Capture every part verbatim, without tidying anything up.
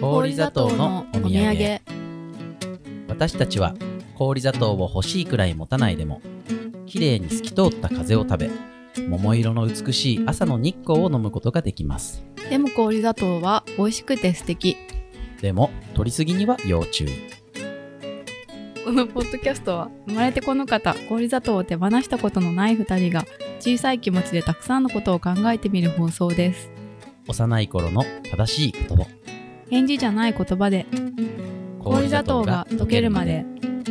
氷砂糖のお土産。私たちは氷砂糖を欲しいくらい持たないでも、きれいに透き通った風を食べ、桃色の美しい朝の日光を飲むことができます。 でも氷砂糖は美味しくて素敵。 でも取りすぎには要注意。 このポッドキャストは生まれてこの方、氷砂糖を手放したことのないふたりが小さい気持ちでたくさんのことを考えてみる放送です。 幼い頃の正しい言葉、 返事じゃない言葉で氷砂糖が溶けるまで。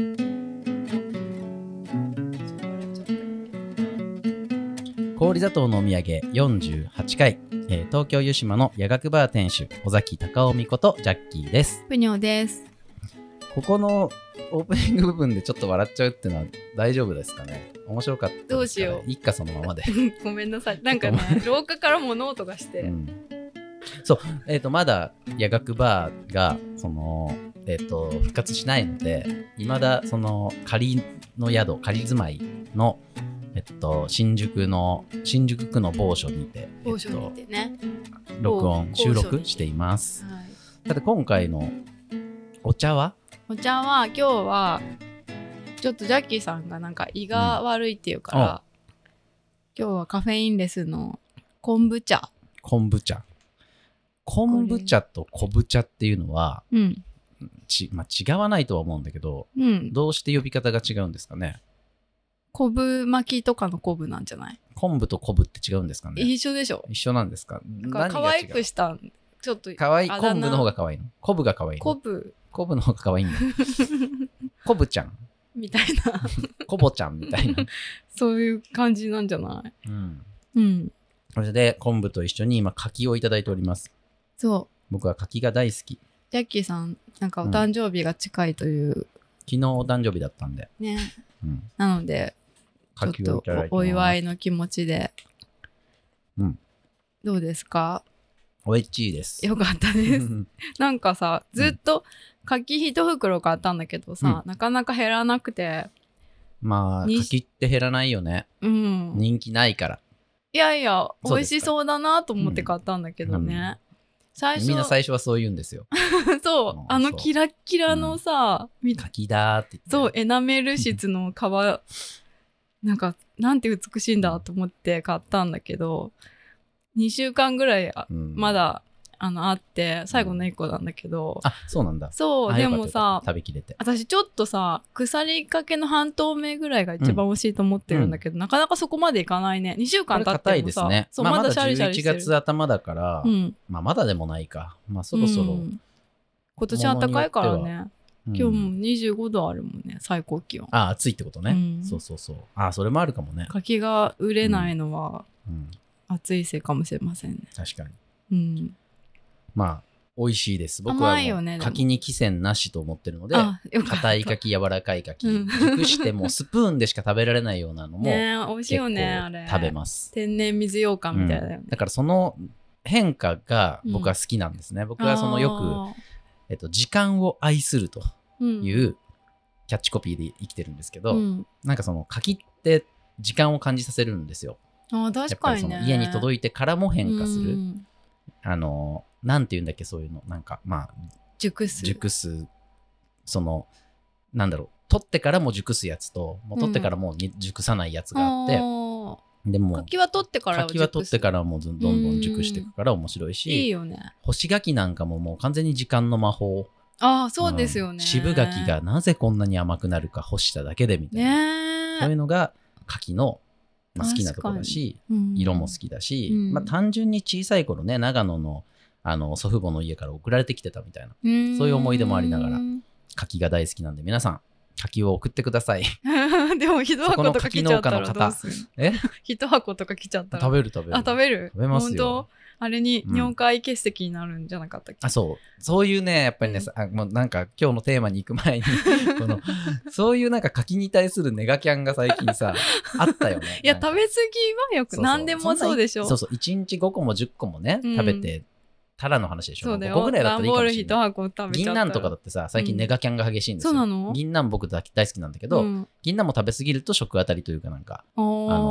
氷砂糖のお土産よんじゅうはちかい、えー、東京湯島の夜学バー店主尾崎隆臣ことジャッキーです。 ぷにょです。 ここのオープニング部分でちょっと笑っちゃうっていうのは大丈夫ですかね。面白かったですかね。 どうしよう。 いっかそのままでごめんなさい。なんかね廊下から物音がして、うん、 そうえっ、ー、とまだ夜学バーがそのえっ、ー、と復活しないので、未だその仮の宿仮住まいのえっと新宿の新宿区の某所にて某所にてね、えっと、 録音収録しています。はい、ただ今回のお茶はお茶は今日はちょっとジャッキーさんがなんか胃が悪いっていうから、うん、今日はカフェインレスの昆布茶。 昆布茶昆布茶と昆布茶っていうのは、うん、ちまあ、違わないとは思うんだけど、うん、どうして呼び方が違うんですかね。 昆布巻きとかの昆布なんじゃない。 昆布と昆布って違うんですかね。 一緒でしょ。 一緒なんですか。 か可愛くしたちょっと可愛い昆布の方が可愛いの。昆布が可愛いの。 昆布昆布の方が可愛いんだ昆布ちゃんみたいなコボちゃんみたいなそういう感じなんじゃない。 うんうんそれで昆布と一緒に今柿をいただいております。 そう僕は柿が大好き。 ジャッキーさんなんかお誕生日が近いという、うん、 昨日お誕生日だったんでね、うん、なのでちょっと お, お祝いの気持ちで、うん、どうですか。 おいしいです。 よかったですなんかさずっと柿一袋買ったんだけどさ、うん、なかなか減らなくて。 まあ柿って減らないよね、うん、人気ないから。 いやいや美味しそうだなと思って買ったんだけどね、うんうん、 最初みんな最初はそう言うんですよそう、うん、あのキラッキラのさ、 うん、柿だーって言って、 そうエナメル質の皮なんかなんて美しいんだと思って買ったんだけど、にしゅうかんぐらい、うん、まだあのあって最後のいっこなんだけど、 うん、あそうなんだ。 そうでもさ食べきれて、 私ちょっとさ腐りかけの半透明ぐらいが一番美味しいと思ってるんだけど、うん、なかなかそこまでいかないね。にしゅうかん経ってもさ、 硬いですね。 そう、 まあ、 まだシャリシャリしてる。 まだじゅういちがつ頭だから、うん、まあまだでもないか。まあそろそろ、うん、 今年暖かいからね、うん、今日もにじゅうごどあるもんね最高気温。 あ暑いってことね、うん、そうそうそう。あそれもあるかもね。 柿が売れないのは、うん、暑いせいかもしれませんね。 確かに、 うん、 まあ美味しいです。僕はもう柿に寄せなしと思ってるので、硬い柿柔らかい柿、うん、熟してもスプーンでしか食べられないようなのもね美味しいよね。あれ食べます。 天然水羊羹みたいな、ね、 うん、だからその変化が僕は好きなんですね、うん、僕はそのよく、えっと、時間を愛するというキャッチコピーで生きてるんですけど、うん、なんかその柿って時間を感じさせるんですよ。 あ確かにね。 やっぱりその家に届いてからも変化する、うん、あのなんて言うんだっけそういうのなんかまあ熟す熟すそのなんだろう取ってからも熟すやつともう取ってからもう熟さないやつがあって、うん、でも柿は取ってから柿は取ってからもどんどん熟していくから面白いし、 いいよね。 干し柿なんかももう完全に時間の魔法。 ああそうですよね、 うん、渋柿がなぜこんなに甘くなるか干しただけでみたいな、ね、そういうのが柿のまあ、好きなところだし、うん、色も好きだし、うんまあ、単純に小さい頃ね長野の、あの祖父母の家から送られてきてたみたいな、そういう思い出もありながら柿が大好きなんで皆さん柿を送ってくださいでも一箱とか来ちゃったらどうする。え一箱とか来ちゃったら食べる食べる。 あ食べる食べますよ。 本当あれに尿解結石になるんじゃなかったっけ、 うん、あそうそういうねやっぱりね、うん、あもうなんか今日のテーマに行く前にこのそういうなんか柿に対するネガキャンが最近さあったよね。 いや食べ過ぎはよくそうそう何でもそうでしょ。 そうそういちにちごこもじゅっこもね、うん、食べてたらの話でしょ。 そうだよ。 ごこぐらいだったらいいかもしれない。 段ボール一箱食べちゃったら。 銀杏とかだってさ最近ネガキャンが激しいんですよ、 うん、そうなの。 銀杏僕大好きなんだけど、うん、銀杏も食べ過ぎると食当たりというかなんかあのま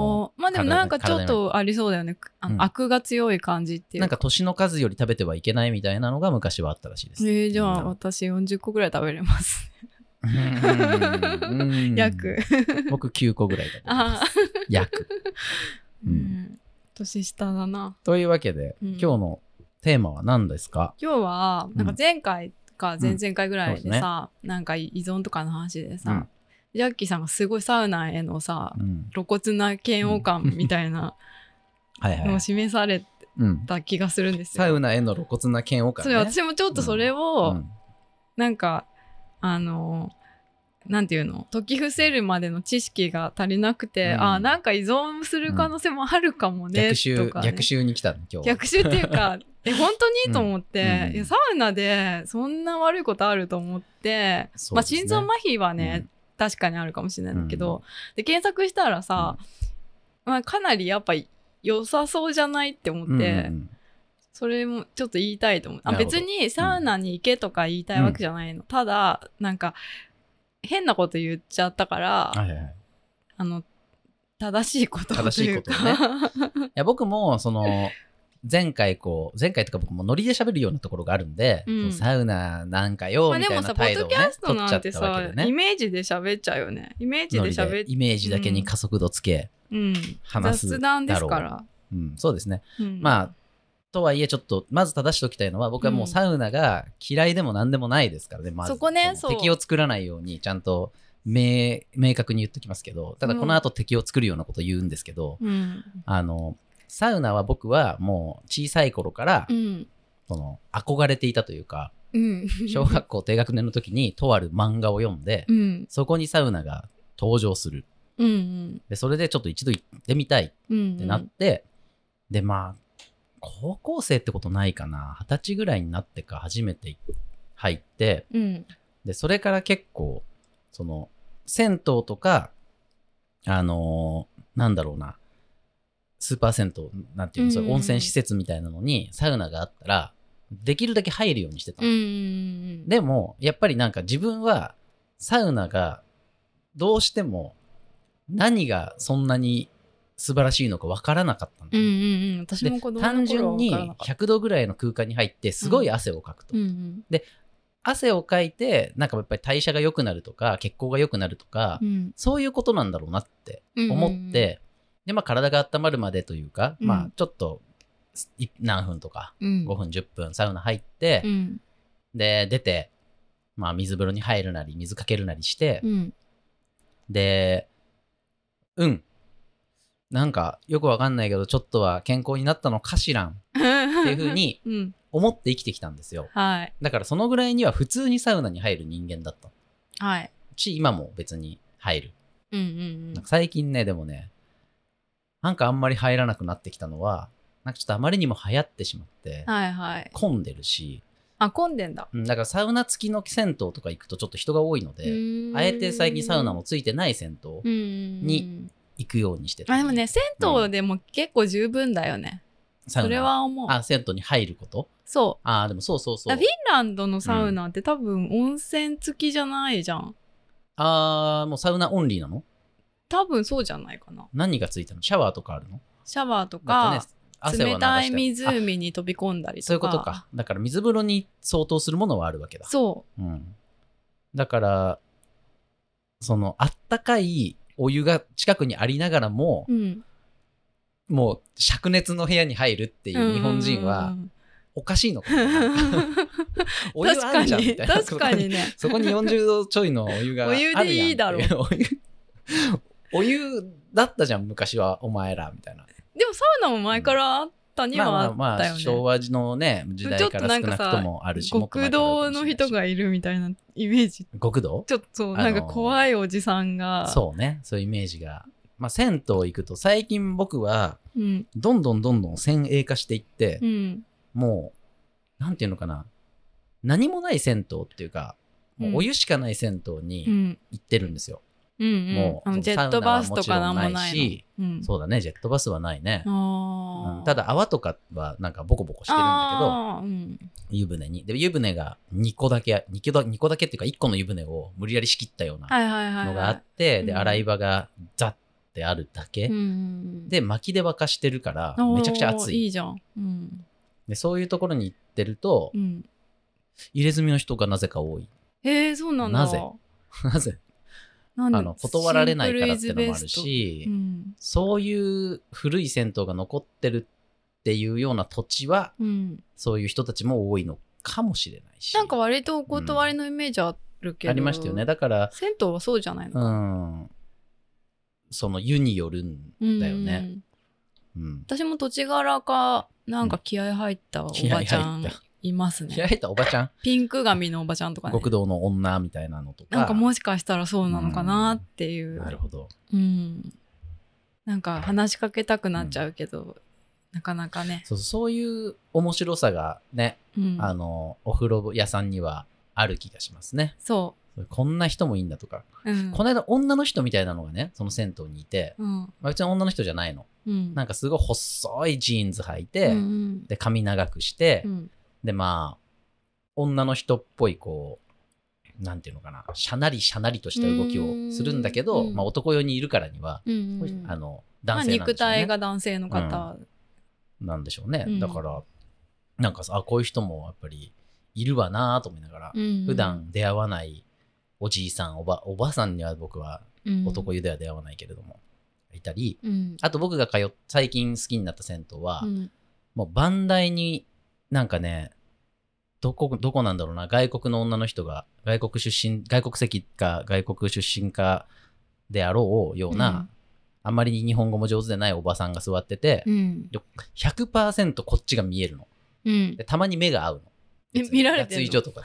まあでもなんかちょっとありそうだよね。あの、うん、アクが強い感じっていうか。 なんか年の数より食べてはいけないみたいなのが昔はあったらしいです。 えー、じゃあ私よんじゅっこぐらい食べれます。約。 僕きゅうこぐらい食べれます。約。 うん。年下だな。 というわけで、うん、今日のテーマは何ですか？ 今日は、なんか前回か前々回ぐらいでさ、うん、なんか依存とかの話でさ、うんジャッキーさんがすごいサウナへのさ、うん、露骨な嫌悪感みたいなのを示された気がするんですよ。 サウナへの露骨な嫌悪感ね。 そう私もちょっとそれを、うん、なんかあのなんていうの解き伏せるまでの知識が足りなくて、うん、あなんか依存する可能性もあるかもね、 逆襲とか、ね、 逆襲に来たの今日。 逆襲っていうかえ本当にと思って、うん、いやサウナでそんな悪いことあると思って、ね、まあ心臓麻痺はね、うん確かにあるかもしれないんだけど、うん、で検索したらさ、うんまあ、かなりやっぱ良さそうじゃないって思って、うんうん、それもちょっと言いたいと思ってあ別にサウナに行けとか言いたいわけじゃないの、うん、ただなんか変なこと言っちゃったから、はいはい、あの正しいこと正しいことねいや僕もその前回こう前回とか僕もノリで喋るようなところがあるんで、うん、サウナなんかよみたいな態度をね、まあ、でもさポッドキャストなんてさ、ね、 イメージで喋っちゃうよね。イメージで喋っイメージだけに加速度つけ、うん、話すだろう。 雑談ですから、 うん、そうですね、うん、まあとはいえちょっとまず正しておきたいのは僕はもうサウナが嫌いでも何でもないですからね、うん、まずそこねそ敵を作らないようにちゃんと明, 明確に言っておきますけど、ただこの後敵を作るようなことを言うんですけど、うん、あのサウナは僕はもう小さい頃から、うん、その憧れていたというか、うん、小学校低学年の時にとある漫画を読んで、うん、そこにサウナが登場する、うんうん、でそれでちょっと一度行ってみたいってなって、うんうん、でまあ高校生ってことないかな、二十歳ぐらいになってか初めて入って、うん、でそれから結構その銭湯とかあのー、なんだろうなスーパー銭湯なんていうの、そういう温泉施設みたいなのにサウナがあったらできるだけ入るようにしてたの、うん、でもやっぱりなんか自分はサウナがどうしても何がそんなに素晴らしいのか分からなかったんだ、うんうんうん、私も子供の頃は単純にひゃくどぐらいの空間に入ってすごい汗をかくと、うんうん、で汗をかいてなんかやっぱり代謝が良くなるとか血行が良くなるとか、うん、そういうことなんだろうなって思って、うんうんうん、でまあ体が温まるまでというか、うん、まあちょっと何分とか、うん、ごふんじゅっぷんサウナ入って、うん、で出てまあ水風呂に入るなり水かけるなりして、うん、でうんなんかよくわかんないけどちょっとは健康になったのかしらんっていう風に思って生きてきたんですよ、はい、だからそのぐらいには普通にサウナに入る人間だった、はい、し今も別に入る、うんうんうん、なんか最近ねでもねなんかあんまり入らなくなってきたのはなんかちょっとあまりにも流行ってしまって、はいはい、混んでるしあ混んでんだ、 だからサウナ付きの銭湯とか行くとちょっと人が多いのであえて最近サウナもついてない銭湯に行くようにしてた、 あでもね銭湯でも結構十分だよね、うん、それは思う。 あ銭湯に入ることそうあでもそうそうそうフィンランドのサウナって多分温泉付きじゃないじゃん、うん、 あもうサウナオンリーなの？ 多分そうじゃないかな。 何がついたの？シャワーとかあるの？ シャワーとか、ね、冷たい湖に飛び込んだりとか。 そういうことか。だから水風呂に相当するものはあるわけだ。 そう、 うん、だからそのあったかいお湯が近くにありながらも、うん、もう灼熱の部屋に入るっていう日本人はおかしいのかなお湯あんじゃんみたいな。 確かにねそこによんじゅうどちょいのお湯があるやん。 お湯でいいだろうお湯だったじゃん昔はお前らみたいな。 でもサウナも前からあったにはあったよね、まあまあまあ昭和のね時代から少なくともあるし、 極道の人がいるみたいなイメージ。 極道ちょっとなんか怖いおじさんが。 そうねそういうイメージが、まあ、銭湯行くと最近僕はどんどんどんどん先鋭化していって、うん、もうなんていうのかな何もない銭湯っていうかもうお湯しかない銭湯に行ってるんですよ、うんうん、もうジェットバスとかなんもないし、 うん、そうだねジェットバスはないね、うん、ただ泡とかはなんかボコボコしてるんだけど、うん、湯船にで湯船がにこだけ 2, 個にこだけっていうかいっこの湯船を無理やり仕切ったようなのがあって、はいはいはい、で洗い場がザッってあるだけ、 うん、 で薪で沸かしてるからめちゃくちゃ暑い。 いいじゃん、うん、 でそういうところに行ってると、 うん、 入れ墨の人がなぜか多い。 へえ、そうなんだ。 なぜなぜなんであの断られないからってのもあるし、うん、そういう古い銭湯が残ってるっていうような土地は、うん、そういう人たちも多いのかもしれないし、 なんか割とお断りのイメージあるけど、うん、 ありましたよね。だから銭湯はそうじゃないのか、うん、 その湯によるんだよね、 うんうん、私も土地柄かなんか気合入ったおばちゃんいますね。 気合入ったおばちゃん、 ピンク髪のおばちゃんとかね、 極道の女みたいなのとか、 なんかもしかしたらそうなのかなっていう、 うん、なるほど、 うん、なんか話しかけたくなっちゃうけど、うん、なかなかね、 そう、そういう面白さがね、うん、あのお風呂屋さんにはある気がしますね。 そうこんな人もいいんだとか、うん、この間女の人みたいなのがねその銭湯にいて、うん、まあ、別に女の人じゃないの、うん、なんかすごい細いジーンズ履いて、うんうん、で髪長くして、うん、でまあ女の人っぽいこうなんていうのかな、しゃなりしゃなりとした動きをするんだけど、まあ、男用にいるからには、うん、あの男性なんでしょうね、まあ、 肉体が男性の方、 うん、なんでしょうね、うん、だからなんかさ、あ、こういう人もやっぱりいるわなと思いながら、うんうん、普段出会わないおじいさん、おば、おばさんには僕は男湯では出会わないけれども、うん、いたり、うん、あと僕が通っ最近好きになった銭湯は、うん、もう番台になんかね、どこ、どこなんだろうな、外国の女の人が、外国出身、外国籍か外国出身かであろうような、うん、あんまり日本語も上手でないおばさんが座ってて、うん、ひゃくパーセント こっちが見えるの。うん、でたまに目が合うの。 見られてるの？ 脱衣所とか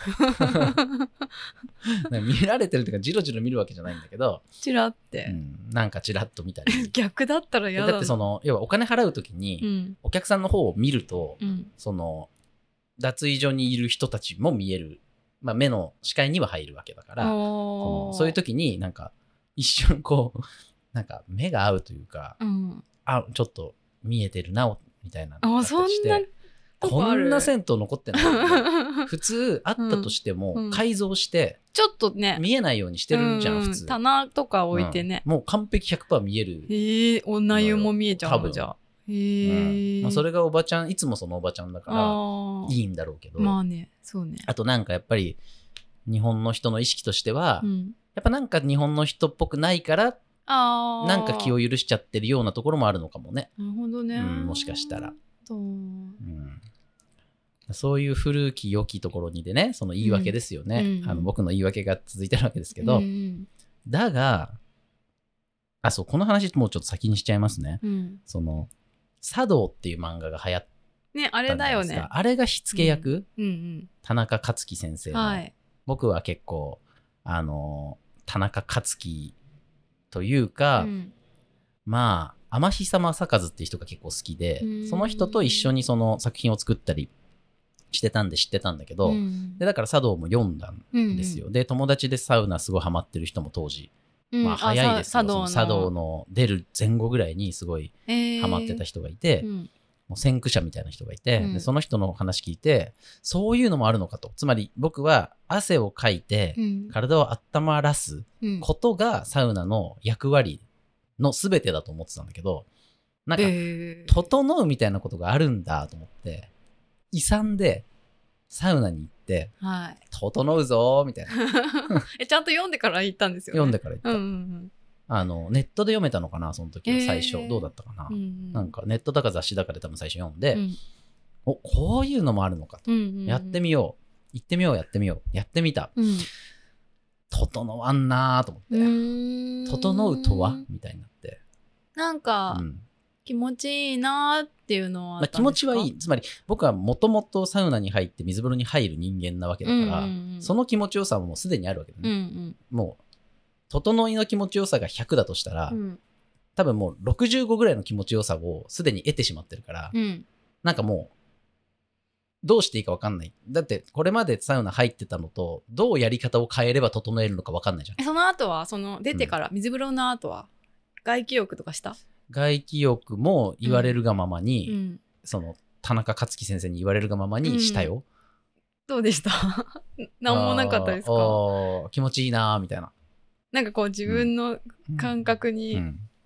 で見られてるというかジロジロ見るわけじゃないんだけど、 チラって、 うん、なんかチラッと見たり逆だったら嫌だ。 だってその要はお金払うときに、うん、お客さんの方を見ると、うん、その脱衣所にいる人たちも見える、まあ、目の視界には入るわけだから、そのそういう時になんか一瞬こうなんか目が合うというか、うん、あちょっと見えてるなみたいなのがして、あそんなこんな銭湯残ってない普通あったとしても、うん、改造してちょっとね見えないようにしてるじゃん、うん、普通棚とか置いてね、 うん、もう完璧 ひゃくパーセント 見える。 へえ、女湯も見えちゃうのじゃ。へえ、 うんまあ、それがおばちゃんいつもそのおばちゃんだからいいんだろうけど、 まあね、そうね。 あとなんかやっぱり日本の人の意識としては、うん、やっぱなんか日本の人っぽくないからあなんか気を許しちゃってるようなところもあるのかもね。 なるほどね、 うん、もしかしたらそう、 うんそういう古き良きところにでね、その言い訳ですよね、うん、あの僕の言い訳が続いてるわけですけど、うん、だがあそうこの話もうちょっと先にしちゃいますね、うん、その茶道っていう漫画が流行ったね、あれだよね。 あれが火付け役、 うんうんうん、 田中克樹先生の、はい、僕は結構あの田中克樹というか、うん、まあ天久正和っていう人が結構好きで、その人と一緒にその作品を作ったりしてたんで知ってたんだけど、うん、でだから茶道も読んだんですよ、うんうん、で友達でサウナすごいハマってる人も当時、うん、まあ早いですよ、その茶道の出る前後ぐらいにすごいハマってた人がいて、えーうん、もう先駆者みたいな人がいて、うん、でその人の話聞いてそういうのもあるのかと、つまり僕は汗をかいて体を温まらすことがサウナの役割の全てだと思ってたんだけど、なんか、えー、整うみたいなことがあるんだと思って勇んでサウナに行って、はい、整うぞみたいなえちゃんと読んでから行ったんですよね。 読んでから行った、うんうんうん、あのネットで読めたのかなその時は最初、えー、どうだったかな、うんうん、なんかネットだか雑誌だかで多分最初読んで、うん、おこういうのもあるのかと、うんうんうん、やってみよう行ってみようやってみようやってみた、うん、整わんなーと思って、うーん整うとはみたいになって、 なんか、うん気持ちいいなーっていうのはあったんですか？ まあ、気持ちはいい。つまり僕はもともとサウナに入って水風呂に入る人間なわけだから、うんうんうん、その気持ちよさももうすでにあるわけだね、うんうん、もう整いの気持ちよさがひゃくだとしたら、うん、多分もうろくじゅうごぐらいの気持ちよさをすでに得てしまってるから、うん、なんかもうどうしていいか分かんない。だってこれまでサウナ入ってたのとどうやり方を変えれば整えるのか分かんないじゃん。 その後はその出てから、うん、水風呂の後は外気浴とかした？ 外気浴も言われるがままに、うん、その田中克樹先生に言われるがままにしたよ、うん、 どうでした何もなかったですか？ 気持ちいいなみたいな、 なんかこう自分の感覚に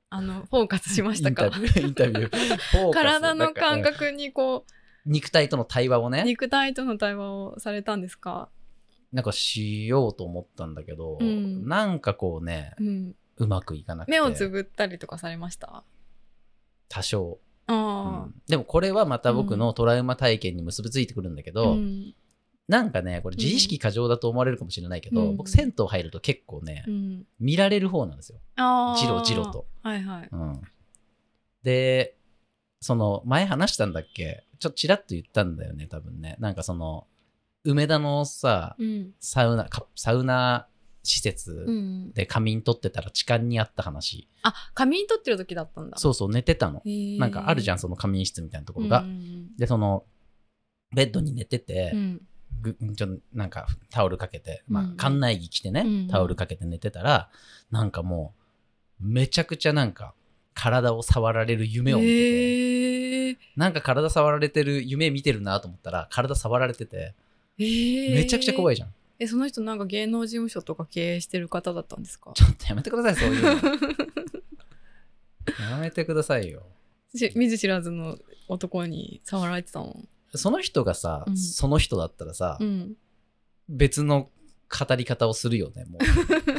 あのフォーカスしましたか？ インタビューインタビューフォーカス体の感覚にこう肉体との対話をね肉体との対話をされたんですか？ なんかしようと思ったんだけど、うん、なんかこうね、うん、うまくいかなくて。 目をつぶったりとかされました？ 多少あ、 うん、でもこれはまた僕のトラウマ体験に結びついてくるんだけど、うん、なんかねこれ自意識過剰だと思われるかもしれないけど、うん、僕銭湯入ると結構ね、うん、見られる方なんですよ。ジロジロと、 はいはい、 うん、でその前話したんだっけ、ちょっとチラッと言ったんだよね多分ね。なんかその梅田のさ、うん、サウナサウナ施設で仮眠取ってたら痴漢にあった話、 うん、あ仮眠取ってる時だったんだ。 そうそう寝てたの。なんかあるじゃんその仮眠室みたいなところが、うん、でそのベッドに寝てて、うん、ぐちょなんかタオルかけて、まあ、館内着着てね、うん、タオルかけて寝てたらなんかもうめちゃくちゃなんか体を触られる夢を見てて、なんか体触られてる夢見てるなと思ったら体触られてて、めちゃくちゃ怖いじゃん。 えその人なんか芸能事務所とか経営してる方だったんですか？ ちょっとやめてくださいそういうのやめてくださいよ。 見ず知らずの男に触られてたの？ その人がさ、うん、その人だったらさ、うん、別の語り方をするよねもう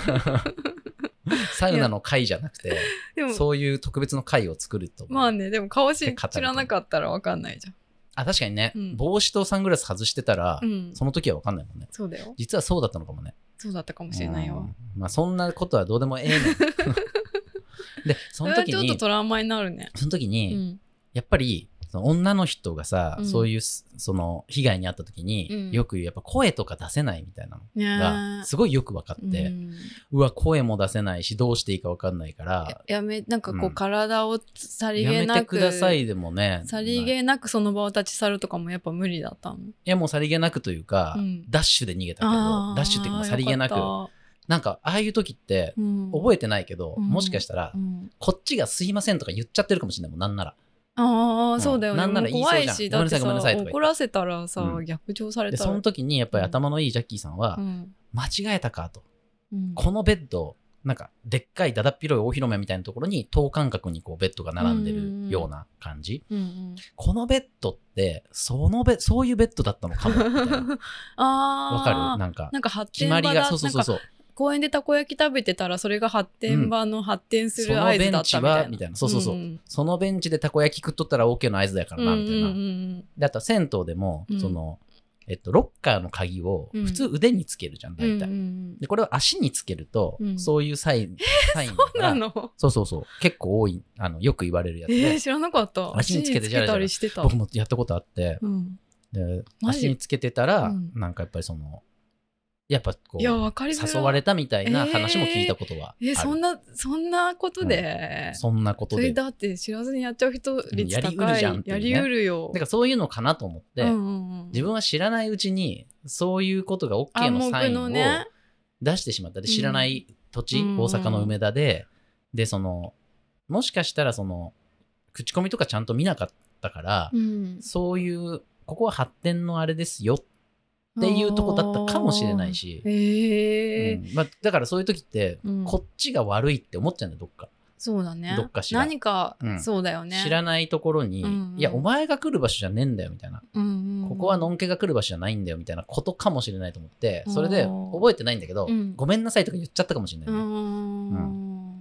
サウナの会じゃなくてそういう特別の会を作ると思う。 まあねでも顔知らなかったら分かんないじゃん。 あ確かにね、うん、帽子とサングラス外してたら、うん、その時は分かんないもんね。 そうだよ。 実はそうだったのかもね。 そうだったかもしれないよ。 まあそんなことはどうでもええねんでその時にそれはちょっとトラウマになるね。 その時に、うん、やっぱりその女の人がさ、うん、そういうその被害に遭った時に、うん、よく言うやっぱ声とか出せないみたいなのがすごいよく分かって、うん、うわ声も出せないしどうしていいか分かんないからやめなんかこう、うん、体をさりげなくやめてくださいでもねさりげなくその場を立ち去るとかもやっぱ無理だったの？いやもうさりげなくというか、うん、ダッシュで逃げたけどダッシュっていうかさりげなくなんかああいう時って覚えてないけど、うん、もしかしたら、うん、こっちがすいませんとか言っちゃってるかもしれないもんなんなら。 ああ、うん、そうだよね。 なんなら言いそうじゃん。怖いし、だってさ、 怒らせたらさ、うん、逆上されたら。 で、その時にやっぱり頭のいいジャッキーさんは、うん、間違えたかと、うん。このベッド、なんかでっかいだだっ広い大広間みたいなところに等間隔にこうベッドが並んでるような感じ。うんうん、このベッドってそのベそういうベッドだったのかもみたいな。あわかる？なんかなんか発展場だ決まりがそうそうそうそう。公園でたこ焼き食べてたらそれが発展場の発展する合図だったみたいな、うん、そのベンチはみたいなそうそうそう、うん、そのベンチでたこ焼き食っとったら OK の合図だからなみたいな、うんうんうん、であと銭湯でも、うん、そのえっとロッカーの鍵を普通腕につけるじゃん大体、うん、でこれを足につけると、うん、そういうサイン、サインだからそうなの？そうそうそう結構多いあのよく言われるやつで、 えー、知らなかった。 足につけてじゃらじゃらしてた。僕もやったことあって、うん、で足につけてたら、うん、なんかやっぱりそのやっぱこう誘われたみたいな話も聞いたことはある。 えー、えそんなそんなことで、 うん、そんなことでそれだって知らずにやっちゃう人率高い、うん、やりうるじゃんっていう、ね、やりうるよ。 だからそういうのかなと思って、うんうんうん、自分は知らないうちにそういうことが OK のサインを出してしまった。で知らない土地、うん、大阪の梅田で、でそのもしかしたらその口コミとかちゃんと見なかったから、うん、そういうここは発展のあれですよっていうとこだったかもしれないし、へうんまあ、だからそういう時って、うん、こっちが悪いって思っちゃうんだよどっか。 そうだね。 どっかしら何か、うん、そうだよね。 知らないところに、うんうん、いやお前が来る場所じゃねえんだよみたいな、うんうんうん、ここはのんけが来る場所じゃないんだよみたいなことかもしれないと思ってそれで覚えてないんだけど、うん、ごめんなさいとか言っちゃったかもしれない、ねうんうん、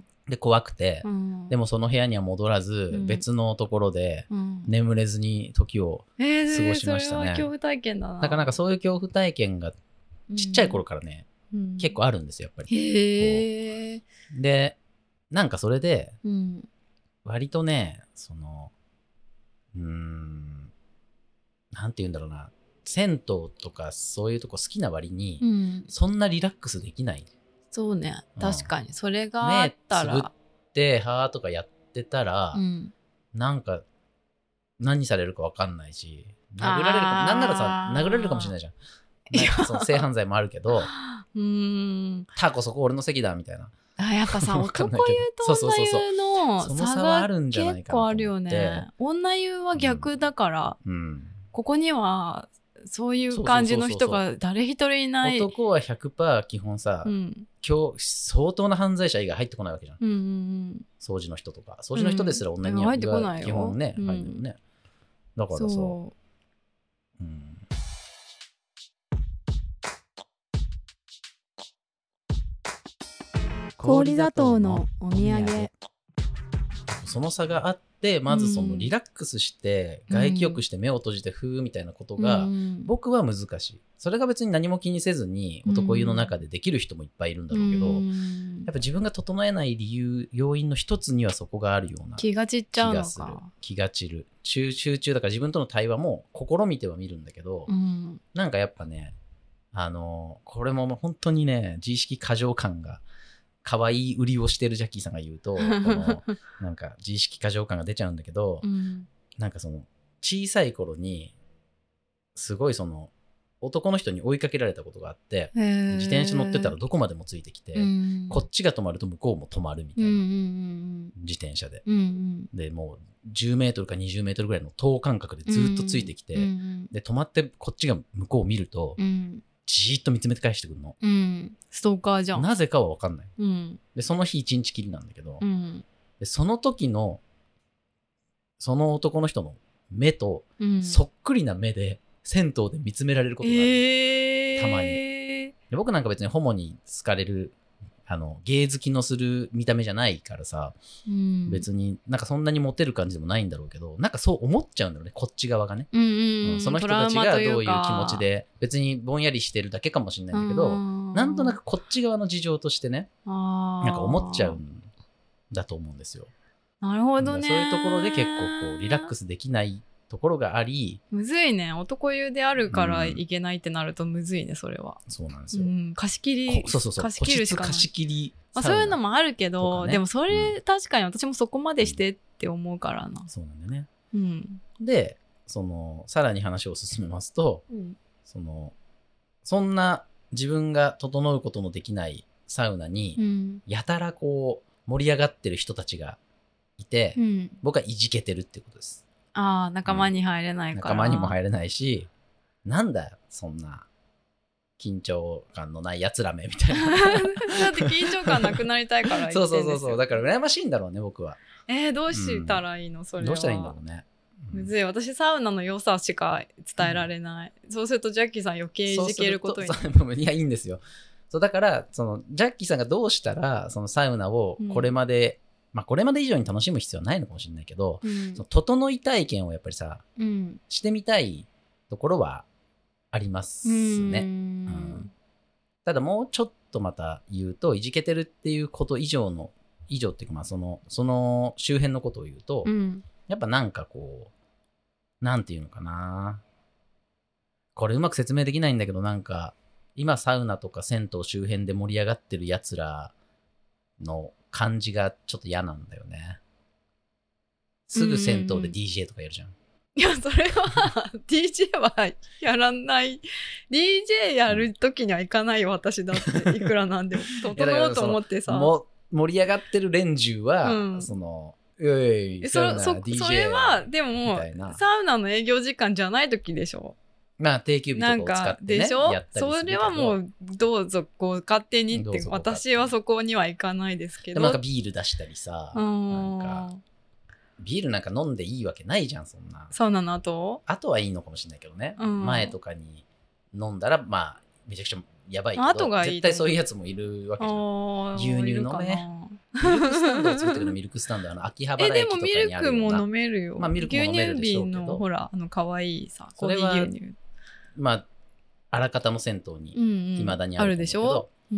で怖くて、うん、でもその部屋には戻らず、うん、別のところで眠れずに時を過ごしましたね、 えー、それは恐怖体験だな。 だからなんかそういう恐怖体験がちっちゃい頃からね、うん、結構あるんですよやっぱり。 へー。 でなんかそれで、うん、割とねそのうーんなんて言うんだろうな銭湯とかそういうとこ好きな割に、うん、そんなリラックスできない。 そうね確かに、うん、それがあったら目つぶってはーとかやってたら、うん、なんか何されるか分かんないし殴られるかなんならさ殴られるかもしれないじゃん。なんかその性犯罪もあるけどうーんタコそこ俺の席だみたいな。 あやっぱさ男湯と女湯の差が結構あるよね。女湯は逆だから、うん、ここにはそういう感じの人が誰一人いない。 男は ひゃくパーセント 基本さ、うん、今日相当な犯罪者以外入ってこないわけじゃん、うんうんうん、掃除の人とか掃除の人ですら女には、うん、基本ね、うん、入ってるね。だからさ、う、うん、 氷砂糖のお土産。 その差があって、まずそのリラックスして外気浴して目を閉じてふーみたいなことが僕は難しい。それが別に何も気にせずに男湯の中でできる人もいっぱいいるんだろうけど、やっぱ自分が整えない理由要因の一つにはそこがあるような気が散っちゃうのか。気が散る。集中だから自分との対話も試みてはみるんだけど、うん、なんかやっぱね、あのこれも本当にね、自意識過剰感が可愛い売りをしてるジャッキーさんが言うとこのなんか自意識過剰感が出ちゃうんだけど、うん、なんかその小さい頃にすごいその男の人に追いかけられたことがあって、自転車乗ってたらどこまでもついてきて、うん、こっちが止まると向こうも止まるみたいな、うんうんうん、自転車で、うんうん、でもうじゅうメートルかにじゅうメートルぐらいの等間隔でずっとついてきて、うんうん、で止まってこっちが向こうを見ると、うん、じーっと見つめて返してくるの、うん、 ストーカーじゃん。 なぜかは分かんない、うん、でその日一日きりなんだけど、うん、でその時のその男の人の目とそっくりな目で銭湯で見つめられることがある、えー、たまに。で僕なんか別にホモに好かれるあのゲイ好きのする見た目じゃないからさ、うん、別になんかそんなにモテる感じでもないんだろうけど、なんかそう思っちゃうんだよね、こっち側がね、うんうんうん、その人たちがどういう気持ちで別にぼんやりしてるだけかもしれないんだけど、なんとなくこっち側の事情としてね、なんか思っちゃうんだと思うんですよ。 なるほどね。 そういうところで結構こうリラックスできないところがあり、 むずいね。男湯であるからいけないってなるとむずいね、それは。 そうなんですよ、うん、 貸し切り、 そうそうそう、 貸し切るしかない。 貸し切り、 まあ、そういうのもあるけど、ね、でもそれ、うん、確かに私もそこまでしてって思うからな、 うん、そうなんだよね、 うん、 でそのさらに話を進めますと、うん、そのそんな自分が整うことのできないサウナに、うん、やたらこう盛り上がってる人たちがいて、うん、僕はいじけてるってことです。 ああ、仲間に入れないから、 うん、仲間にも入れないし、なんだよそんな緊張感のないやつらめみたいなだって緊張感なくなりたいから言ってんですよ。 そうそうそうそう、だから羨ましいんだろうね、僕は。 えー、どうしたらいいの、うん、それは。 どうしたらいいんだろうね、 うん、むずい。私サウナの良さしか伝えられない、うん、そうするとジャッキーさん余計いじけることになる。 いやいいんですよ。そうだからそのジャッキーさんがどうしたらそのサウナをこれまで、うんまあ、これまで以上に楽しむ必要はないのかもしれないけど、うん、その整い体験をやっぱりさ、うん、してみたいところはありますね、うん、ただもうちょっとまた言うと、いじけてるっていうこと以上の以上っていうか、まあそのその周辺のことを言うと、うん、やっぱなんかこうなんていうのかな、これうまく説明できないんだけど、なんか今サウナとか銭湯周辺で盛り上がってるやつらの感じがちょっと嫌なんだよね。すぐ銭湯で ディージェー とかやるじゃん。 いやそれはディージェー はやらない。 ディージェー やるときには行かないよ、私だっていくらなんでも整おうと思ってさ。 も盛り上がってる連中は、うん、そのえいそそ, それはでもサウナの営業時間じゃないときでしょ。 まあ定休日とかを使ってね、 でしょ、 やったりするけど、 それはもうどうぞこう勝手にって、私はそこには行かないですけど。 でもなんかビール出したりさ、なんかビールなんか飲んでいいわけないじゃん、そんな。 サウナの後あとはいいのかもしれないけどね、うん、前とかに飲んだらまあめちゃくちゃやばいけど、後がいい絶対そういうやつもいるわけじゃん。牛乳飲め、ミルクスタンドを作ってるミルクスタンド、あの秋葉原駅とかにあるような。 えでもミルクも飲めるよ、 まあ、ミルクも飲めるでしょうけど、牛乳瓶のほらあの可愛いさコーヒー牛乳、 まああらかたの銭湯にいまだにあると思うけど、うんうん、あるでしょ、うん、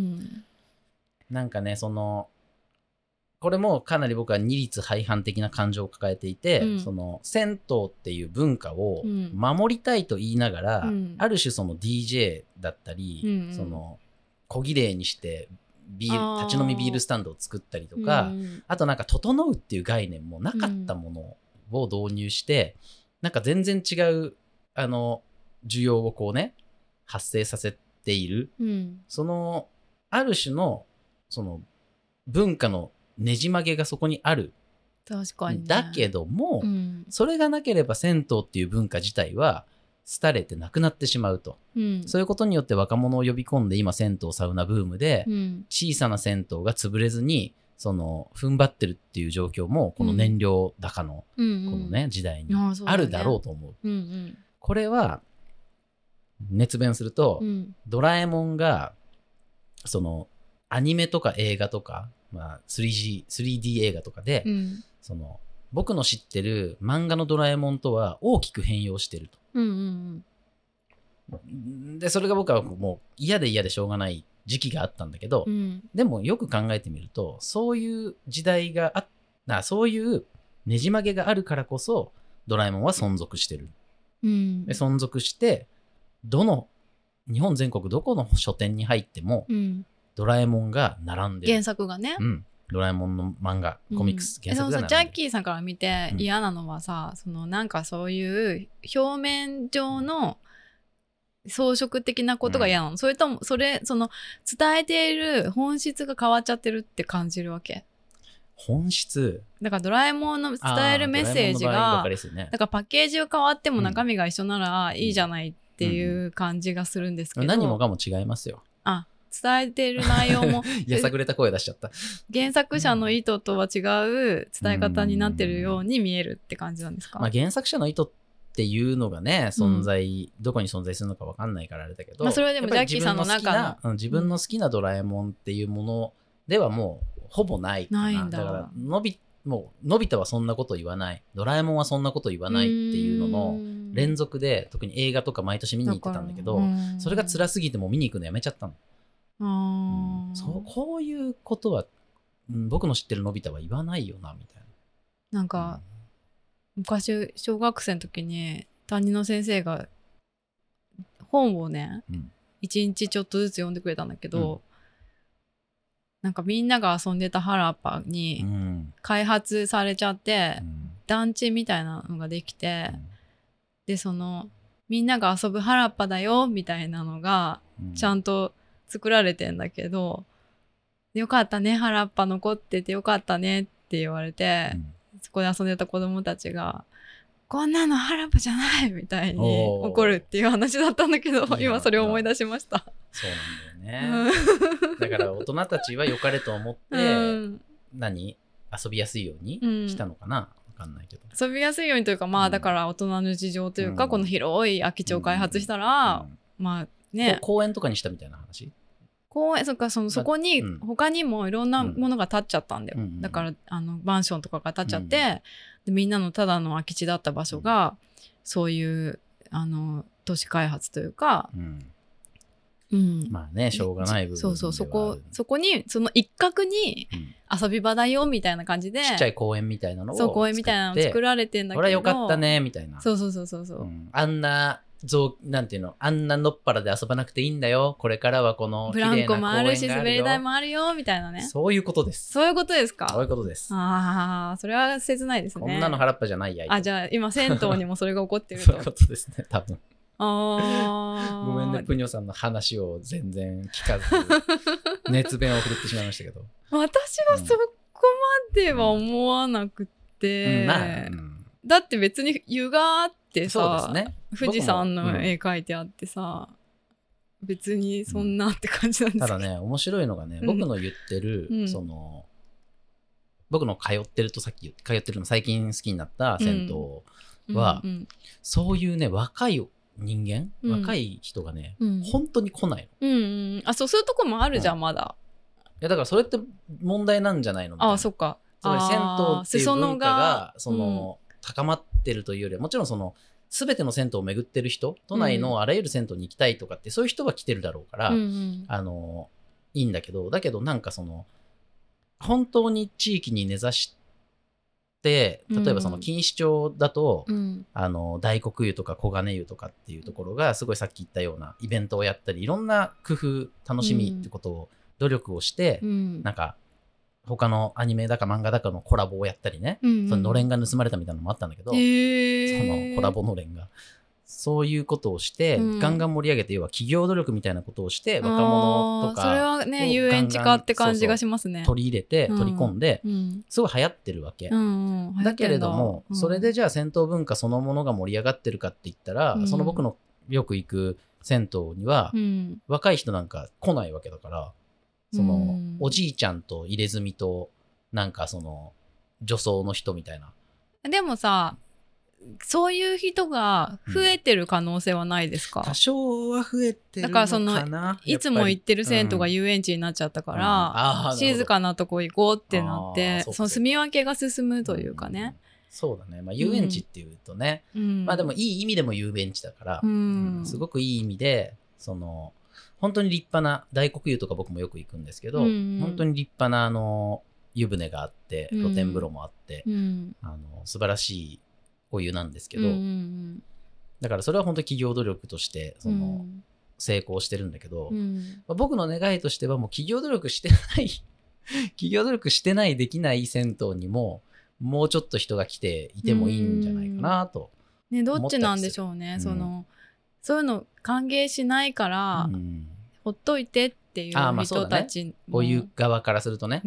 なんかね、そのこれもかなり僕は二律背反的な感情を抱えていて、うん、その銭湯っていう文化を守りたいと言いながら、うん、ある種その ディージェー だったり、うんうん、その小綺麗にしてビール立ち飲みビールスタンドを作ったりとか、うん、あとなんか整うっていう概念もなかったものを導入して、うん、なんか全然違うあの需要をこうね発生させている、うん、そのある種のその文化のねじ曲げがそこにある。 確かに、ね、 だけども、うん、それがなければ銭湯っていう文化自体は廃れてなくなってしまうと、うん、そういうことによって若者を呼び込んで今銭湯サウナブームで、うん、小さな銭湯が潰れずにその踏ん張ってるっていう状況もこの燃料高のこのね、うん、時代にあるだろうと思う、うんうん、これは熱弁すると、うん、ドラえもんがそのアニメとか映画とか、まあ、スリージー、スリーディー 映画とかで、うん、その僕の知ってる漫画のドラえもんとは大きく変容してると、うんうんうん、でそれが僕はもう嫌で嫌でしょうがない時期があったんだけど、うん、でもよく考えてみるとそういう時代があったそういうねじ曲げがあるからこそドラえもんは存続してる、うん、で存続してどの日本全国どこの書店に入っても、うん、ドラえもんが並んでる原作がね、 うん、ドラえもんの漫画コミックス、うん、原作が並んでる。 ジャッキーさんから見て嫌なのはさ、うん、そのなんかそういう表面上の装飾的なことが嫌なの、うん、それともそれその伝えている本質が変わっちゃってるって感じるわけ。 本質だからドラえもんの伝えるメッセージが、ね、だからパッケージが変わっても中身が一緒ならいいじゃないっていう感じがするんですけど、うんうん、 何もかも違いますよ。 あ、伝えている内容もやさぐれた声出しちゃった。 原作者の意図とは違う伝え方になってるように見えるって感じなんですか？ まあ、原作者の意図っていうのがね存在、うん、どこに存在するのか分かんないからあれだけど、 まあ、それはでもジャッキーさんの中の自分の好きなドラえもんっていうものではもうほぼないかな。 ないんだ。 だからのびもうのび太はそんなこと言わない、ドラえもんはそんなこと言わないっていうのの連続で、特に映画とか毎年見に行ってたんだけど、それが辛すぎてもう見に行くのやめちゃったの。あ、うん、そうこういうことは、うん、僕の知ってるのび太は言わないよなみたいな。なんか、うん、昔小学生の時に担任の先生が本をね、うん、いちにちちょっとずつ読んでくれたんだけど、うん、なんかみんなが遊んでた原っぱに開発されちゃって、うん、団地みたいなのができて、うん、でそのみんなが遊ぶ原っぱだよみたいなのがちゃんと作られてんだけど、うん、よかったね原っぱ残っててよかったねって言われて、うん、そこで遊んでた子供たちがこんなの原っぱじゃないみたいに怒るっていう話だったんだけど、今それを思い出しました。 そうなんだよね。だから大人たちは良かれと思って、うん、何遊びやすいようにしたのかな、うん、分かんないけど。 遊びやすいようにというか、まあだから大人の事情というか、うん、この広い空き地を開発したら、うん、まあね、 公園とかにしたみたいな話。 公園、そっか、そのそこに他にもいろんなものが建っちゃったんだよ、うん、だからあのマンションとかが建っちゃって、うん、でみんなのただの空き地だった場所が、うん、そういうあの都市開発というか、うんうん、まあねしょうがない部分ではある。 そうそう、そこそこにその一角に遊び場だよみたいな感じで、 ちっちゃい公園みたいなのをそう公園みたいなの作られてんだけど、 これはよかったねみたいな。 そうそうそうそうそう、 うん、あんなぞなんていうの、あんなのっぱらで遊ばなくていいんだよ、これからはこのブランコもあるし滑り台もあるよみたいなね。 そういうことです。 そういうことですか。 そういうことです。 ああ、それは切ないですね。 こんなの原っぱじゃないや。 あ、じゃあ今銭湯にもそれが起こってると。 そういうことですね、多分。 あごめんね、ぷにょさんの話を全然聞かず熱弁を振るってしまいましたけど、 私はそこまでは思わなくて、うんうん、だって別に湯があってさ、そうですね、富士山の絵描いてあってさ、うん、別にそんなって感じなんですけど、 ただね面白いのがね、僕の言ってる、うん、その僕の通ってるとさっき通ってるの最近好きになった銭湯は、うんうんうん、そういうね若い人間、うん、若い人がね、うん、本当に来ないの、 うんうん、あ、そう、そういうとこもあるじゃん、うん、まだ。 いやだからそれって問題なんじゃないのみたいな。 あ、そっか。 つまり銭湯っていう文化がその、うん、高まってるというよりは、もちろんその全ての銭湯を巡ってる人、都内のあらゆる銭湯に行きたいとかって、うん、そういう人は来てるだろうから、うんうん、あのいいんだけど、だけどなんかその本当に地域に根ざしてで例えばその錦糸町だと、うん、あの大黒湯とか黄金湯とかっていうところがすごいさっき言ったようなイベントをやったり、いろんな工夫楽しみってことを努力をして、うん、なんか他のアニメだか漫画だかのコラボをやったりね、うんうん、そののれんが盗まれたみたいなのもあったんだけど、そのコラボのれんがそういうことをして、うん、ガンガン盛り上げて、要は企業努力みたいなことをして若者とかそれはね遊園地化って感じがしますね。 そうそう取り入れて、うん、取り込んで、 うん、 すごい流行ってるわけ、うんうん、だけれども、うん、それでじゃあ銭湯文化そのものが盛り上がってるかって言ったら、うん、その僕のよく行く銭湯には、うん、若い人なんか来ないわけだから、その、うん、おじいちゃんと入れ墨となんかその女装の人みたいな。 でもさ、そういう人が増えてる可能性はないですか？ うん、多少は増えてるのかな。だからそのいつも行ってる銭湯が遊園地になっちゃったから、うん、静かなとこ行こうってなって、その住み分けが進むというかね、 うん、そうだね、まあ、遊園地っていうとね、うん、まあでもいい意味でも遊園地だから、うんうん、すごくいい意味でその本当に立派な大黒湯とか僕もよく行くんですけど、うん、本当に立派なあの湯船があって露天風呂もあって、うん、あの素晴らしいお湯なんですけど、うんうん、だからそれは本当に企業努力としてその、うん、成功してるんだけど、うんまあ、僕の願いとしてはもう企業努力してない企業努力してないできない銭湯にももうちょっと人が来ていてもいいんじゃないかなと、 ね、どっちなんでしょうね、うん、そのそういうの歓迎しないから、うん、ほっといてっていう人たちも、 お湯側からするとね、うん、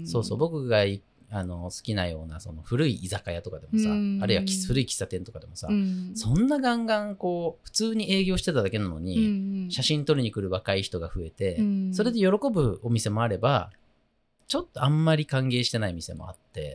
そうそう僕があの好きなようなその古い居酒屋とかでもさ、うん、あるいは古い喫茶店とかでもさ、うん、そんなガンガンこう普通に営業してただけなのに、うん、写真撮りに来る若い人が増えて、うん、それで喜ぶお店もあればちょっとあんまり歓迎してない店もあって、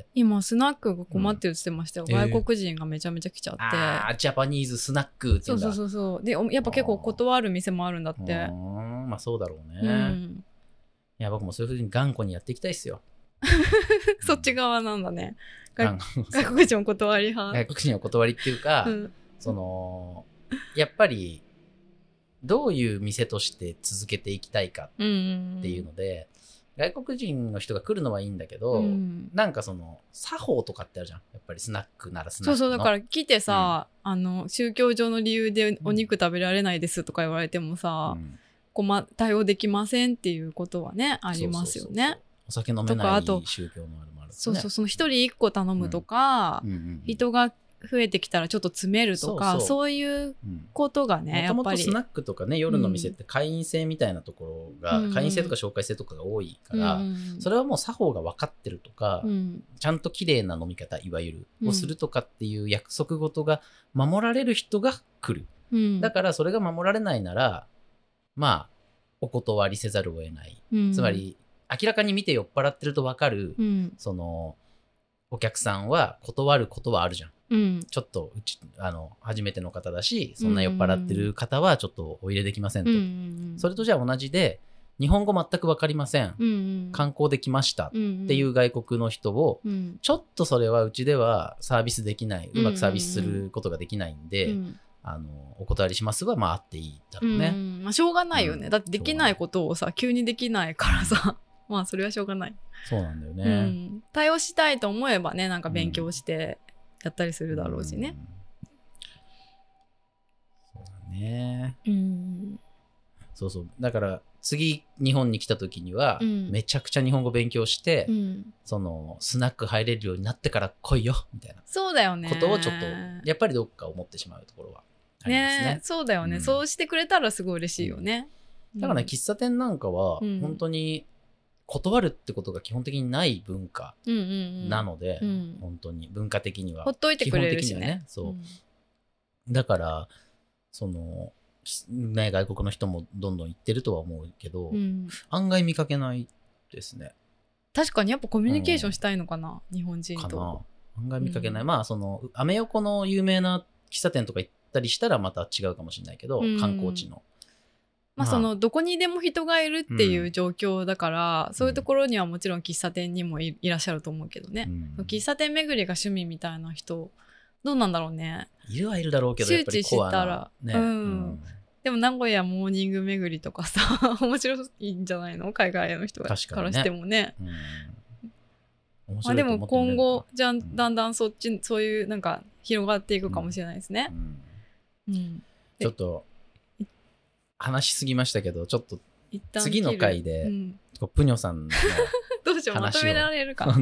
今スナックが困ってるって言ってましたよ、うん、外国人がめちゃめちゃ来ちゃって、えー、あジャパニーズスナックっていうんだ。 そうそうそうでやっぱ結構断る店もあるんだって。 まあそうだろうね、うん、いや僕もそういう風に頑固にやっていきたいっすよそっち側なんだね。外, 外国人お断り派。 外国人お断りっていうか、うん、そのやっぱりどういう店として続けていきたいかっていうので、うんうんうん、外国人の人が来るのはいいんだけど、うん、なんかその作法とかってあるじゃん。やっぱりスナックならスナックの。 そうそうだから来てさ、うん、あの宗教上の理由でお肉食べられないですとか言われてもさ、うん、こま対応できませんっていうことはねありますよね。そうそうそうそうお酒飲めない宗教のあるもある、ね、 そうそうその一人一個頼むとか、うんうんうんうん、人が増えてきたらちょっと詰めるとか、そうそう、そういうことがね、 もともとスナックとかね夜の店って会員制みたいなところが、うん、会員制とか紹介制とかが多いから、うん、それはもう作法が分かってるとか、うん、ちゃんと綺麗な飲み方いわゆるをするとかっていう約束事が守られる人が来る、うん、だからそれが守られないならまあお断りせざるを得ない、うん、つまり明らかに見て酔っ払ってると分かる、うん、そのお客さんは断ることはあるじゃん、うん、ちょっとうちあの初めての方だしそんな酔っ払ってる方はちょっとお入れできませんと、うん、それとじゃあ同じで日本語全く分かりません、うん、観光できましたっていう外国の人を、うん、ちょっとそれはうちではサービスできない、うまくサービスすることができないんで、うん、あのお断りしますはまああっていいだろうね、 うんまあ、しょうがないよね、だってできないことをさ急にできないからさまあそれはしょうがない。 そうなんだよね、 うん、対応したいと思えばねなんか勉強してやったりするだろうしね、うん、 そうだね、うん、そうそうだから次日本に来た時には、うん、めちゃくちゃ日本語勉強して、うん、そのスナック入れるようになってから来いよみたいなそうだよねことをちょっとやっぱりどっか思ってしまうところはありますね。ねそうだよね、うん、そうしてくれたらすごい嬉しいよね、 だからね、喫茶店なんかは本当に断るってことが基本的にない文化なので、うんうんうん、本当に文化的にはほっといてくれるし ね, ねそう、うん、だからその、ね、外国の人もどんどん行ってるとは思うけど、うん、案外見かけないですね。 確かにやっぱコミュニケーションしたいのかな、うん、日本人とかな案外見かけない、うん、まあそのアメ横の有名な喫茶店とか行ったりしたらまた違うかもしれないけど、うん、観光地のまあ、そのどこにでも人がいるっていう状況だから、うん、そういうところにはもちろん喫茶店にも い, いらっしゃると思うけどね、うん、喫茶店巡りが趣味みたいな人どうなんだろうね。 いるはいるだろうけど周知したら、ねうんうん、でも名古屋モーニング巡りとかさ面白いんじゃないの海外の人からしてもね、うん、まあ、でも今後じゃんだんだんそっちそういうなんか広がっていくかもしれないですね、 うんうん、ちょっと話しすぎましたけどちょっと次の回で、うん、プニョさんのどうしようまとめられるか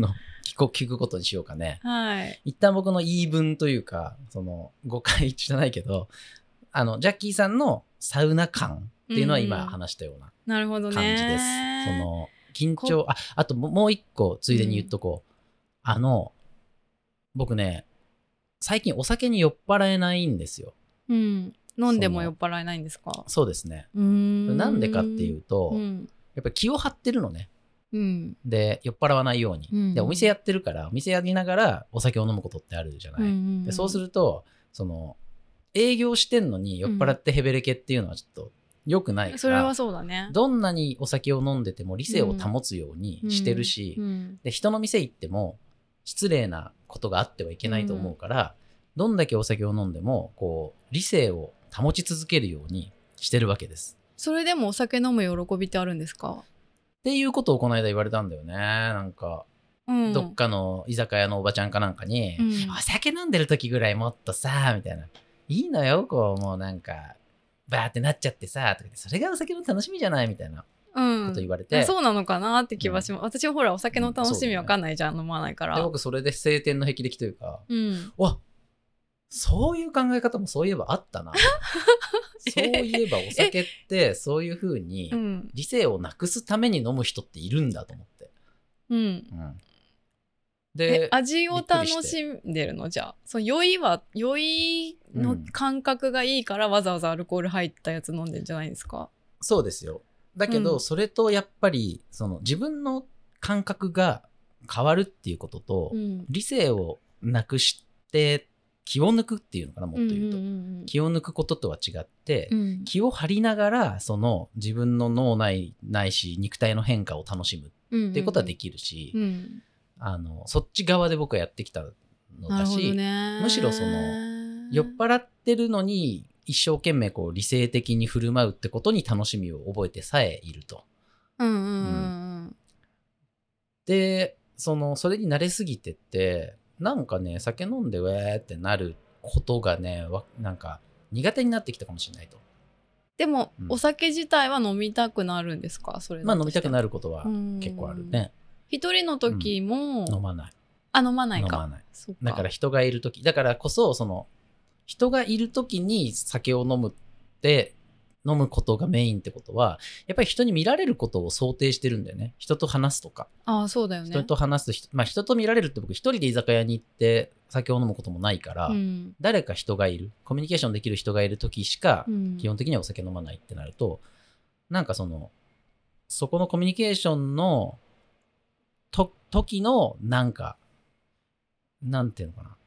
聞く聞くことにしようかね。 はい。 一旦僕の言い分というか、その誤解じゃないけど、あのジャッキーさんのサウナ感っていうのは今話したような感じです。うんうん、その緊張、あ、あともう一個ついでに言っとこう。うん、あの僕ね、最近お酒に酔っ払えないんですよ。 うん。飲んでも酔っ払えないんですか？ そうですね。うーん、なんでかっていうと、うん、やっぱり気を張ってるのね。うん、で酔っ払わないように、うん、でお店やってるからお店やりながらお酒を飲むことってあるじゃない、うん、でそうするとその営業してんのに酔っ払ってヘベレケっていうのはちょっと良くないから、うん、 それはそうだね。 どんなにお酒を飲んでても理性を保つようにしてるし、うんうん、で人の店行っても失礼なことがあってはいけないと思うから、うん、どんだけお酒を飲んでもこう理性を保ち続けるようにしてるわけです。 それでもお酒飲む喜びってあるんですか？ っていうことをこの間言われたんだよね。なんか、うん、どっかの居酒屋のおばちゃんかなんかに、うん、お酒飲んでる時ぐらいもっとさみたいな、いいのよこうもうなんかバーってなっちゃってさとか、それがお酒の楽しみじゃないみたいなこと言われて、うん、 そうなのかなって気はします、うん、私はほらお酒の楽しみわかんないじゃん、うんね、飲まないから。 で僕それで晴天の霹靂というか、うん、わそういう考え方もそういえばあったなそういえばお酒ってそういう風に理性をなくすために飲む人っているんだと思って、うんうん、 で味を楽しんでるの？じゃあその酔いは酔いの感覚がいいからわざわざアルコール入ったやつ飲んでるんじゃないですか？ そうですよ。だけど、うん、それとやっぱりその自分の感覚が変わるっていうことと、うん、理性をなくして気を抜くっていうのかな、もっと言うと、うんうんうん、気を抜くこととは違って、うん、気を張りながらその自分の脳内ないし肉体の変化を楽しむっていうことはできるし、うんうんうん、あのそっち側で僕はやってきたのだし、むしろその酔っ払ってるのに一生懸命こう理性的に振る舞うってことに楽しみを覚えてさえいると、うんうんうんうん、でそのそれに慣れすぎてってなんかね酒飲んでウェーってなることがねなんか苦手になってきたかもしれないと。 でも、うん、お酒自体は飲みたくなるんですか？それまあ飲みたくなることは結構あるね。 一人の時も、 うん、飲まない。 あ飲まないか。 飲まない。だから人がいる時だからこそその人がいる時に酒を飲むって飲むことがメインってことはやっぱり人に見られることを想定してるんだよね。人と話すとか。 ああそうだよね。 人と話す人、まあ人と見られるって僕一人で居酒屋に行って酒を飲むこともないから、うん、誰か人がいるコミュニケーションできる人がいる時しか基本的にはお酒飲まないってなると、うん、なんかそのそこのコミュニケーションのと時のなんかなんていうのかな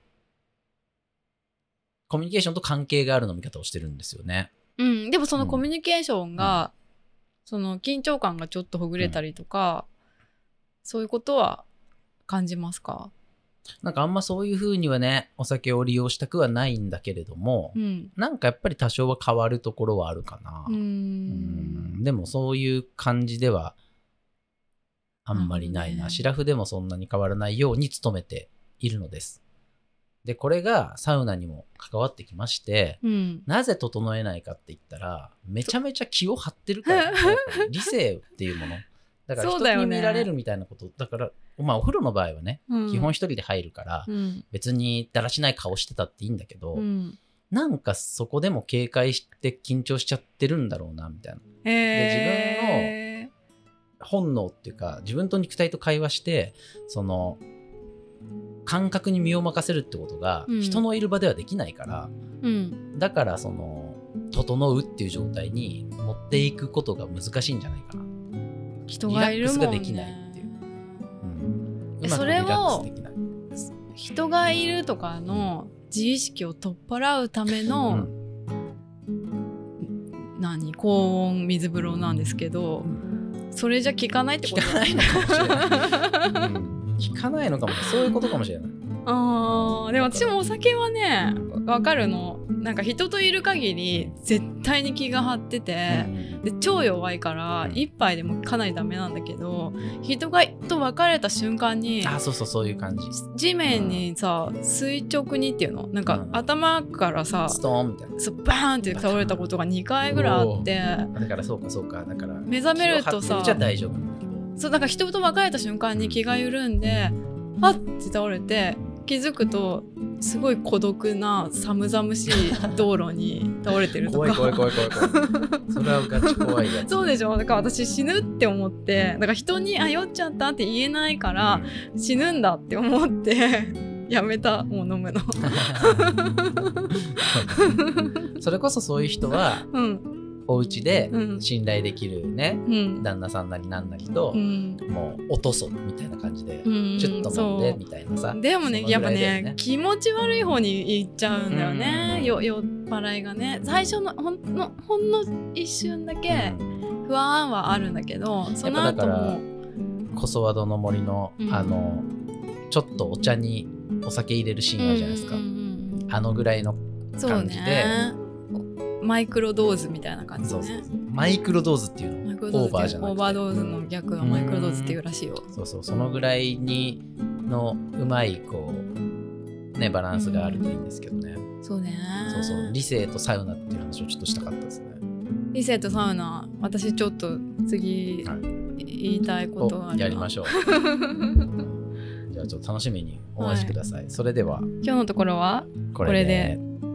コミュニケーションと関係がある飲み方をしてるんですよね。 うん、でもそのコミュニケーションが、うん、その緊張感がちょっとほぐれたりとか、うん、そういうことは感じますか？ なんかあんまそういう風にはねお酒を利用したくはないんだけれども、うん、なんかやっぱり多少は変わるところはあるかな。うーんうんでもそういう感じではあんまりないな、ね、シラフでもそんなに変わらないように努めているのです。でこれがサウナにも関わってきまして、うん、なぜ整えないかって言ったらめちゃめちゃ気を張ってるから理性っていうものだから人に見られるみたいなこと だ, だからまあお風呂の場合はね、うん、基本一人で入るから、うん、別にだらしない顔してたっていいんだけど、うん、なんかそこでも警戒して緊張しちゃってるんだろうなみたいな、で自分の本能っていうか自分と肉体と会話してその感覚に身を任せるってことが人のいる場ではできないから、うん、だからその整うっていう状態に持っていくことが難しいんじゃないかな。 人がいるもんね。リラックスができないっていう、うん、それを人がいるとかの自意識を取っ払うための、うん、何高温水風呂なんですけど、それじゃ効かないってこと？効かないのかもしれない、うん聞かないのかもそういうことかもしれない。 あでも私もお酒はね分かるの。なんか人といる限り絶対に気が張ってて、うん、で超弱いから一杯でもかなりダメなんだけど、人がと別れた瞬間にあそうそうそういう感じ地面にさ、うん、垂直にっていうのなんか、うん、頭からさストーンみたいなそうバーンって倒れたことがにかいぐらいあって、 だからそうかそうかだから目覚めるとさじゃ大丈夫そうだから人と別れた瞬間に気が緩んで、うん、 あって倒れて気づくとすごい孤独な寒々しい道路に倒れてるとか怖い怖い怖い怖い怖いそれはガチ怖いやつそうでしょ。だから私死ぬって思ってだから人にあ酔っちゃったって言えないから、うん、死ぬんだって思ってやめた。もう飲むのそれこそそういう人は、うんお家で信頼できるね、うん、旦那さんなりなんなりと、うん、もう落とそうみたいな感じで、うん、ちょっと飲んでみたいなさ。 でもねやっぱね気持ち悪い方に行っちゃうんだよね、うん、よ酔っ払いがね。最初のほんのほんの一瞬だけ不安はあるんだけど、その後もコソワドの森の、うん、あのちょっとお茶にお酒入れるシーンあるじゃないですか、うんうんうん、あのぐらいの感じでマイクロドーズみたいな感じでね。そうそうそうマイクロドーズっていうのオーバーじゃなくてオーバードーズの逆はマイクロドーズっていうらしいよ。 そうそうそのぐらいにのうまいこうねバランスがあるといいんですけどね、 うん、そうねそうそう理性とサウナっていう話をちょっとしたかったですね。 理性とサウナ私ちょっと次、はい、言いたいことがある。 やりましょうじゃあちょっと楽しみにお待ちください、はい、それでは今日のところはこれで